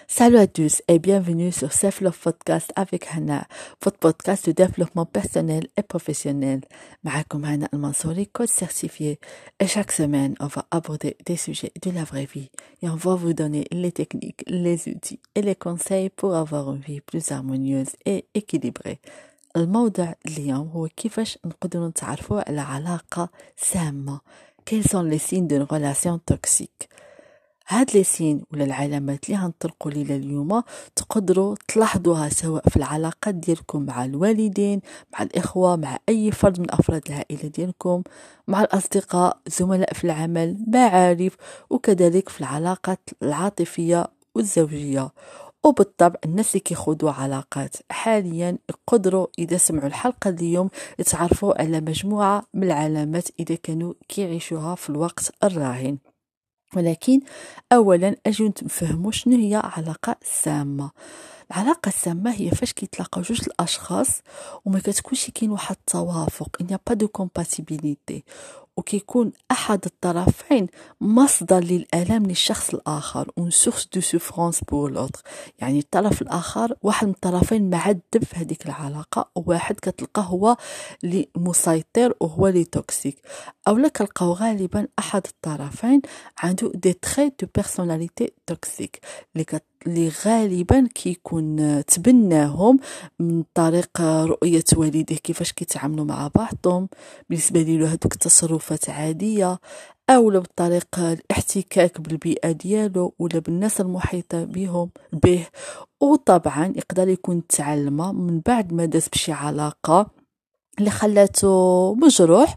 Salut à tous et bienvenue sur Self Love Podcast avec Hana, votre podcast de développement personnel et professionnel. معكم Hana Al-Mansouri, coach certifié. Et chaque semaine, on va aborder des sujets de la vraie vie et on va vous donner les techniques, les outils et les conseils pour avoir une vie plus harmonieuse et équilibrée. الموضوع اليوم هو كيفاش نقدروا نتعرفوا على علاقة سامة. Quels sont les signes d'une relation toxique؟ هاد لي سين ولا العلامات اللي غنطرقوا لينا اليوم تقدروا تلاحظوها سواء في العلاقات ديالكم مع الوالدين، مع الاخوه، مع اي فرد من افراد العائله ديالكم، مع الاصدقاء، زملاء في العمل، معارف، وكذلك في العلاقات العاطفيه والزوجيه. وبالطبع الناس اللي كيخوضوا علاقات حاليا يقدروا اذا سمعوا الحلقه اليوم يتعرفوا على مجموعه من العلامات اذا كانوا كيعيشوها في الوقت الراهن. ولكن اولا اجو نفهموا شنو هي علاقه سامه. العلاقه السامه هي فاش كيتلاقاو جوج الاشخاص وما كتكونش كاين واحد التوافق، il n'y a pas de compatibilité، وكيكون احد الطرفين مصدر للالم للشخص الاخر، اون سورس دو سوفرانس بور لوتر. يعني الطرف الاخر واحد من الطرفين معذب في هذيك العلاقه، وواحد كتلقاه هو اللي مسيطر وهو اللي توكسيك. اولا كنلقاو غالبا احد الطرفين عنده دي تري دو بيرسوناليتي توكسيك اللي غالبا كيكون تبناهم من طريق رؤية والديه كيفاش كيتعاملوا مع بعضهم، بالنسبة له هذوك التصرفات عادية، او بالطريقة الاحتكاك بالبيئة ديالو ولا بالناس المحيطة به. وطبعا يقدر يكون تعلم من بعد ما داز بشي علاقة اللي خلاته مجروح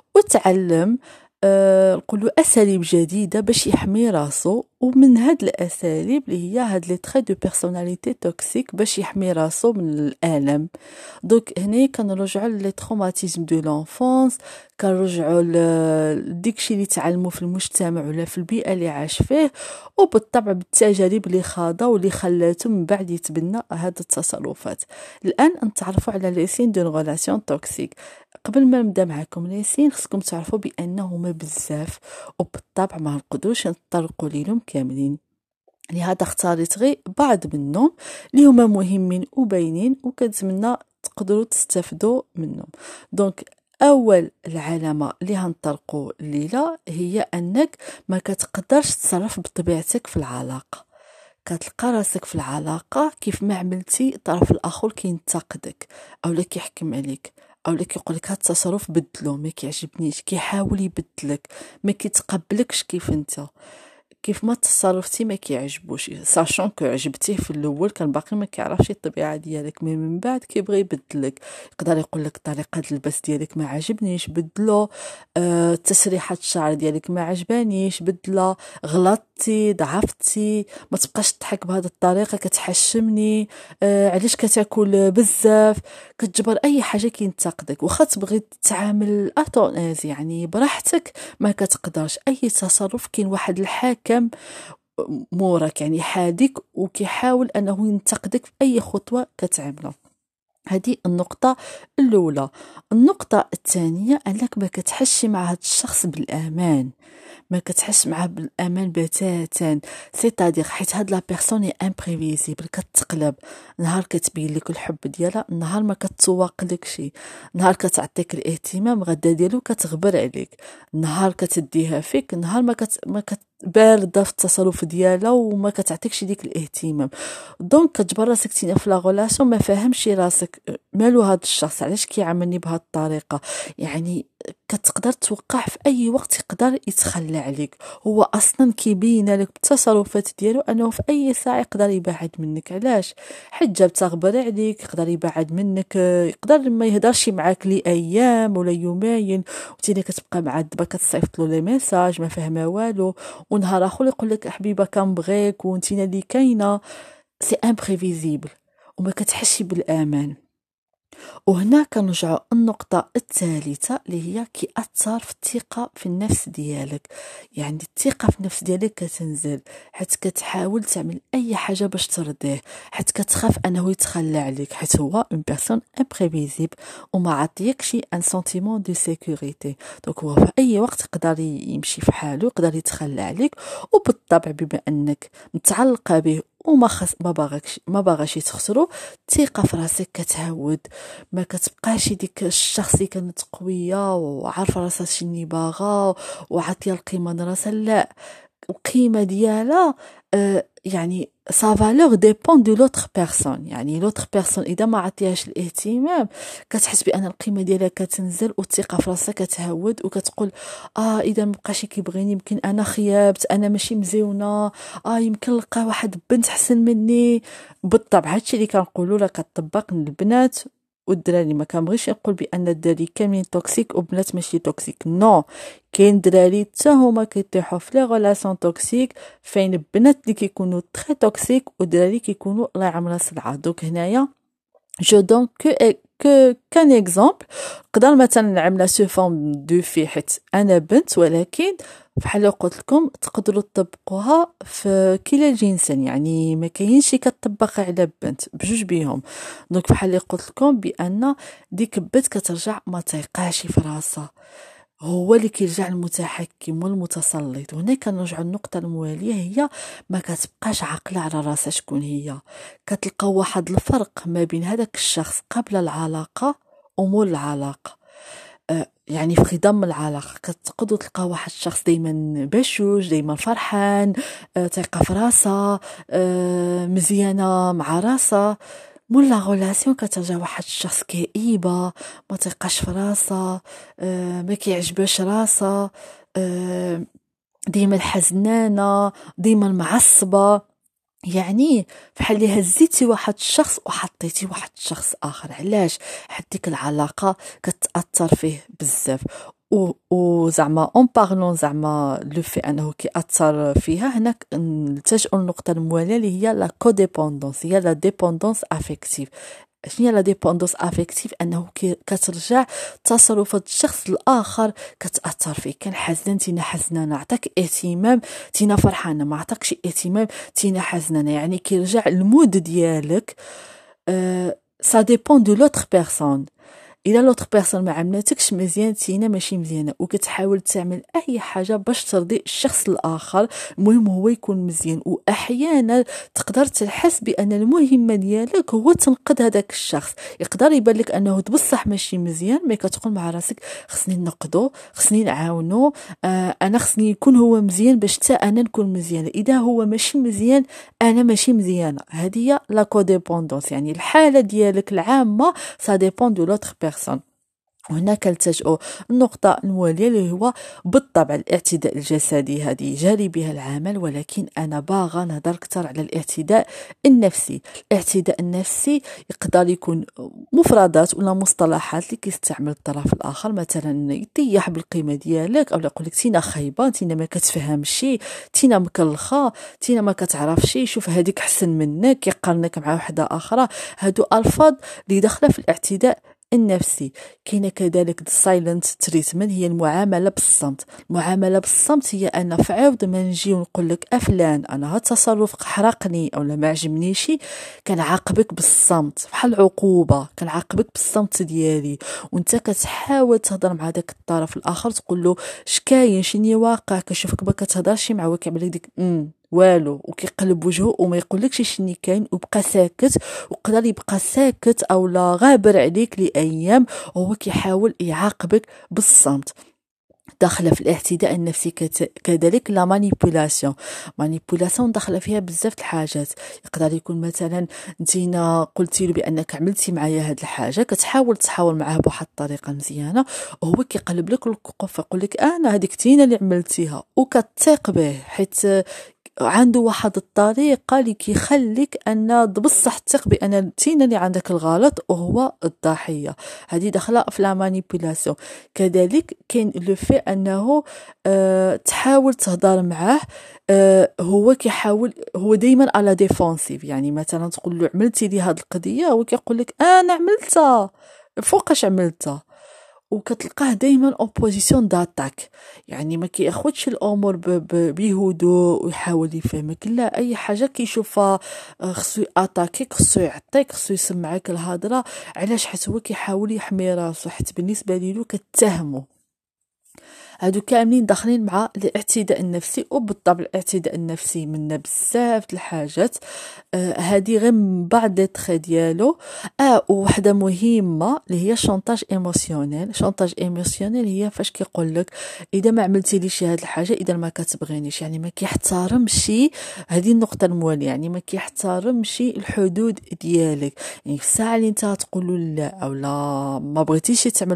وتعلم نقولوا اساليب جديده باش يحمي راسو، ومن هاد الاساليب اللي هي هاد لي تري دو بيرسوناليتي توكسيك باش يحمي راسو من الالم. دونك هنا كنرجعوا لي تروماتيزم دو لونفونس، كنرجعوا لديكشي اللي تعلموا في المجتمع ولا في البيئه اللي عاش فيه، وبالطبع بالتجارب اللي خاضها واللي خلاته من بعد يتبنى هاد التصرفات. الان نتعرفوا على لي سين دون ريلاسيون توكسيك. قبل ما نبدا معكم ليسين خصكم تعرفوا بانه هما بزاف، وبالطبع ما نقدروش نطرقوا ليهم كاملين، لهذا اختاريت غير بعض منهم اللي هما مهمين وباينين وكنتمنى تقدروا تستافدوا منهم. دونك اول العلامه اللي هنطرقوا الليله هي انك ما كتقدرش تتصرف بطبيعتك في العلاقه. كتلقى راسك في العلاقه كيف ما عملتي الطرف الاخر كينتقدك اولا كيحكم عليك اولا كيقول لك هاد التصرف بدلو ما كيعجبنيش، كيحاول يبدلك، ما كيتقبلكش كيف انت، كيف ما تصرفتي ما كيعجبوش، ساشون كو عجبتيه في الاول كان باقي ما كيعرفش الطبيعه ديالك، من بعد كيبغي يبدلك. يقدر يقول لك طريقه اللبس ديالك ما عجبنيش بدلو، تسريحه الشعر ديالك ما عجبانيش بدله، غلطتي، ضعفتي، ما تبقاش تضحك بهذه الطريقه، كتحشمني، علاش كتاكل بزاف، كتجبر اي حاجه كينتقدك. واخا تبغي تتعامل اتونيز يعني براحتك ما كتقدرش، اي تصرف كاين واحد الحاكم موراك يعني حاديك وكيحاول انه ينتقدك في اي خطوه كتعملها. هذه النقطة الأولى. النقطة الثانية أنك ما كتحسش مع هذا الشخص بالأمان، ما كتحس معاه بالامان بتاتا، سيتادير حيت هاد لا بيرسون امبريفيزيبل، كتقلب، نهار كتبين لك الحب ديالها، نهار ما كتسوق لك شي، نهار كتعطيك الاهتمام غدا ديالو كتغبر عليك، نهار كتديها فيك، نهار ما كت بارده في التصرف ديالها وما كتعطيكش ديك الاهتمام. دونك كتجبر راسك تينا في لا غولاسيون ما فاهمش راسك مالو هاد الشخص، علاش كيعاملني بهاد الطريقه، يعني كتقدر توقع في اي وقت يقدر يتخلى عليك، هو اصلا كيبين لك بالتصرفات ديالو انه في اي ساعه يقدر يبعد منك. علاش؟ حيت جاب تغبر عليك، يقدر يبعد منك، يقدر ما يهدرش معاك لايام ولا يومين، وتيني كتبقى معذبه كتصيفط له لي ميساج ما فاهمه والو، ونهار اخر يقول لك حبيبه كنبغيك وانتينا اللي كاينه. سي امبريفيزيبل وما كتحسي بالامان. وهنا كنرجعوا النقطة الثالثة اللي هي كيأثر في الثقة في النفس ديالك. يعني الثقة في النفس ديالك كتنزل حيت كتحاول تعمل اي حاجة باش ترضيه، حيت كتخاف انه يتخلى عليك، حيت هو اون بيرسون امبريفيزيبل وما عطيكش ان سنتيمون دو سيكوريتي. دونك هو في اي وقت يقدر يمشي في حاله، يقدر يتخلى عليك. وبالطبع بما انك متعلقة به وما خص ما باغاش تخسرو. الثقه في راسك كتهود، ما كتبقاش ديك الشخص اللي كانت قويه وعارفه راسها شني باغا وعاطيه القيمه لراسها. لا، القيمه ديالها يعني sa valeur dépend de l'autre personne. يعني l'autre personne اذا ما عطيهاش الاهتمام كتحس بان القيمه ديالها كتنزل والثقه في راسها كتهود وكتقول اذا ما بقاش كيبغيني يمكن انا خيبت، انا ماشي مزيونه، يمكن لقى واحد بنت احسن مني. بالطبع هادشي اللي كنقولوا راه كطبق للبنات والدراري. ما كنبغيش نقول بان الدراري كاملين توكسيك وبنات ماشي توكسيك، نو. كاين دراري حتى هما كيطيحوا في لي غولاسيون توكسيك، فين بنات اللي كيكونوا تري توكسيك ودراري كيكونوا الله يعمرها سلعه. دوك هنايا جو دونك كان اكزامبل. نقدر مثلا نعملها سو فورم دو في حيت انا بنت، ولكن بحال قلت لكم تقدروا تطبقوها في كلا الجنسين. يعني ما كاينش شي كتطبق على بنت بجوج بيهم. دونك بحال اللي قلت لكم بان ديك البنت كترجع ما تيقاش في راسها، هو اللي كيرجع المتحكم والمتسلط. وهنا كنرجعوا للنقطه المواليه، هي ما كتبقاش عاقله على راسها شكون هي. كتلقى واحد الفرق ما بين هذاك الشخص قبل العلاقه ومول العلاقه. يعني في خضم العلاقه كتقدروا تلقى واحد الشخص دائما بشوش، دائما فرحان، ثقه في راسها، مزيانه مع راسها. مول لا غولاسيون كترجع واحد الشخص كئيبه، ما تيقاش في راسها، ما كيعجبهاش راسها، ديما حزنانه، ديما معصبه. يعني بحال اللي هزيتي واحد الشخص وحطيتي واحد الشخص اخر. علاش؟ حيت ديك العلاقه كتاثر فيه بزاف. وزعما اون بارلون زعما لو في انه كيأثر فيها. هناك نلتجئوا للنقطه المواليه اللي هي لا كوديبوندونس، هي لا ديبوندونس افيكتيف. شنو هي لا ديبوندونس افيكتيف؟ انه كترجع تصرفات الشخص الاخر كتاثر فيه. كان حزن تينا حزنانه، عطاك اهتمام تينا فرحانه، ما عطاكش اهتمام تينا حزنانه. يعني كيرجع المود ديالك سا ديبون دو لوتر بيرسون. الا لوتر بيرسون ما عملتكش مزيان تينا ماشي مزيانه، وكتحاول تعمل اي حاجه باش ترضي الشخص الاخر. المهم هو يكون مزيان. واحيانا تقدر تحس بان المهمه ديالك هو تنقذ هذاك الشخص. يقدر يبان لك انه بصح ماشي مزيان، مي كتقول مع راسك خصني نقدو، خصني نعاونو، انا خصني يكون هو مزيان باش حتى انا نكون مزيانه. اذا هو ماشي مزيان انا ماشي مزيانه. هذه لا كوديبوندونس، يعني الحاله ديالك العامه سا ديبون دو لوتر بيرسون. وهنا كنلتجئوا النقطة الموالية اللي هو بالطبع الاعتداء الجسدي. هذه جاري بها العمل، ولكن أنا باغا نهضر أكثر على الاعتداء النفسي. الاعتداء النفسي يقدر يكون مفردات ولا مصطلحات اللي كيستعمل الطرف الآخر. مثلا يطيح بالقيمة ديالك، أو يقول لك تينا خايبة، تينا ما كتفهمش، تينا مكلخة، تينا ما كتعرفش، شوف هذيك حسن منك، يقارنك مع وحدة أخرى. هادو ألفاظ اللي داخلة في الاعتداء النفسي. كاينه كذلك السايلنت تريتمنت، هي المعامله بالصمت. المعامله بالصمت هي ان في عوض ما نجي ونقول لك افلان انا هاد التصرف حرقني او ما عجبنيش، كنعاقبك بالصمت بحال عقوبه، كنعاقبك بالصمت ديالي. وانت كتحاول تهضر مع داك الطرف الاخر، تقول له اش كاين، شنو واقع، كنشوفك ما كتهضرش معاه، كيعمل لك ديك والو، وكيقلب وجهه وما يقولكش شنو كاين، وبقى ساكت. وقدر يبقى ساكت او لا غابر عليك لايام، وهو كيحاول يعاقبك بالصمت. داخله في الاعتداء النفسي كذلك لا مانيبيولاسيون داخله فيها بزاف الحاجات. يقدر يكون مثلا انتينا قلتي له بانك عملتي معايا هاد الحاجه، كتحاول معاه بواحد الطريقه مزيانه، وهو كيقلب لك الوقوف يقول لك انا هذيك تينا اللي عملتيها، وكتثق به حيت عنده واحد الطريقه اللي كيخليك ان بصح تثق بان تينا اللي عندك الغلط وهو الضحيه. هذه داخله في لا مانيبيولاسيون. كذلك كاين لو في انه تحاول تهضر معاه، هو كيحاول، هو دائما على ديفونسيف. يعني مثلا تقول له عملتي لي هذه القضيه، هو كيقول لك انا عملتها، فوقاش عملتها، وكتلقاه دائما اوبوزيسيون داتاك. يعني ما كياخذش الامور بهدوء ويحاول يفهمك، لا، اي حاجه كيشوفها خصو اتاكيك، خصو يعطيك، خصو يسمعك الهضره. علاش؟ حيت هو كيحاول يحمي راسو، حيت بالنسبه ليه كتهمه. هادو كاملين داخلين مع الاعتداء النفسي. وبالطبع الاعتداء النفسي منا بزاف د الحاجات، هادي غير من بعض لي تخي ديالو. وحده مهمه اللي هي شونطاج ايموسيونيل. شونطاج ايموسيونيل هي فاش كيقول لك اذا ما عملتيليش هاد الحاجه اذا ما كتبغينيش، يعني ما كيحترمش هذه النقطه المواليه، يعني ما كيحترمش الحدود ديالك. يعني في الساعه اللي انت تقول لا او لا ما بغيتيش تعمل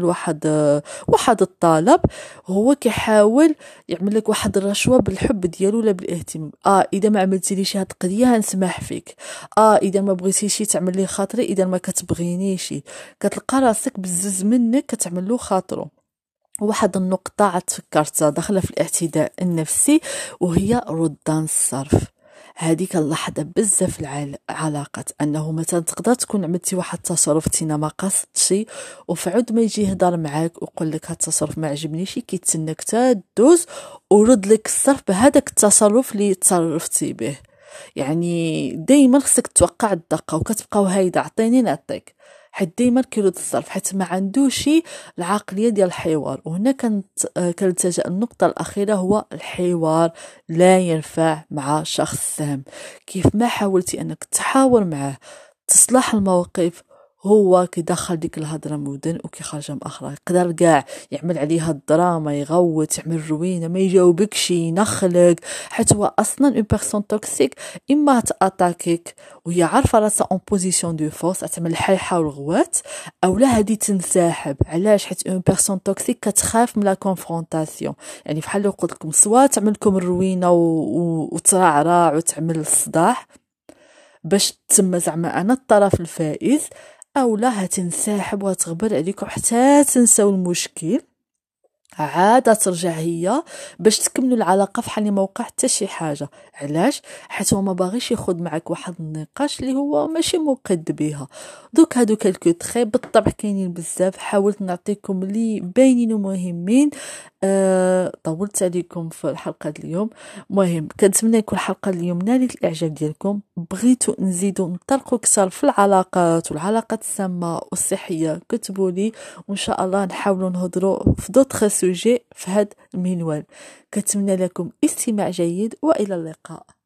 واحد الطلب، هو كيحاول يعمل لك واحد الرشوه بالحب ديالو ولا بالاهتمام. اذا ما عملتيليش هاد القضيه هنسمح فيك، اذا ما بغيتيش تعمل لي خاطري اذا ما كتبغينيش، كتلقى راسك بزز منك كتعمل له خاطرو. واحد النقطه عاد تفكرتها داخله في الاعتداء النفسي، وهي ردان الصرف. هذه كنلاحظها بزاف في العلاقات، انه مثلا تقدر تكون عملتي واحد التصرف تينا ما قصدتش، وفعود ما يجي يهضر معاك ويقول لك هاد التصرف ما عجبنيش، كيتسناك تدوز ورد لك الصرف بهذاك التصرف اللي تصرفتي به. يعني دايما خصك توقع الدقه وكتبقاو هايده عطيني نعطيك، حيت دايما كيرد الصرف، حيت ما عندوش العقليه ديال الحوار. وهنا كنلتجأ النقطه الاخيره، هو الحوار لا ينفع مع شخص سام. كيف ما حاولتي انك تحاور معاه تصلح الموقف، هو كيدخل ديك الهضره مودن وكيخرجها مأخرى. يقدر كاع يعمل عليها الدراما، يغوت، يعمل روينه، ما يجاوبكش، ينخلق. حيت هو اصلا اون بيرسون توكسيك، اما تاتاكيك وهي عارفه راسها اون بوزيسيون دو فورس، تعمل الحيحه والغوات، او لا هادي تنسحب. علاش؟ حيت اون بيرسون توكسيك كتخاف من لا كونفرونطاسيون. يعني بحال لو قلت لكم، سوا تعمل لكم الروينه وترعرع وتعمل الصداع باش تسمى زعما انا الطرف الفائز، او لا هتنسحب وتغبر عليكم حتى تنساو المشكل، عادة ترجع هي باش تكملوا العلاقه فحال ما وقع حتى شي حاجه. علاش؟ حيت هو ما باغيش ياخذ معك واحد النقاش اللي هو ماشي مقد بها. دوك هادو كالكو تخي بالطبع كاينين بزاف، حاولت نعطيكم اللي باينين ومهمين. طولت عليكم في الحلقه اليوم. مهم كنتمنى يكون الحلقه اليوم نالت الاعجاب ديالكم. بغيتوا نزيدوا نطرقوا اكثر في العلاقات والعلاقات السامه والصحيه، كتبوا لي وان شاء الله نحاولوا نهضروا في دوطخ سوجي في هذا المنوال. كنتمنى لكم استماع جيد والى اللقاء.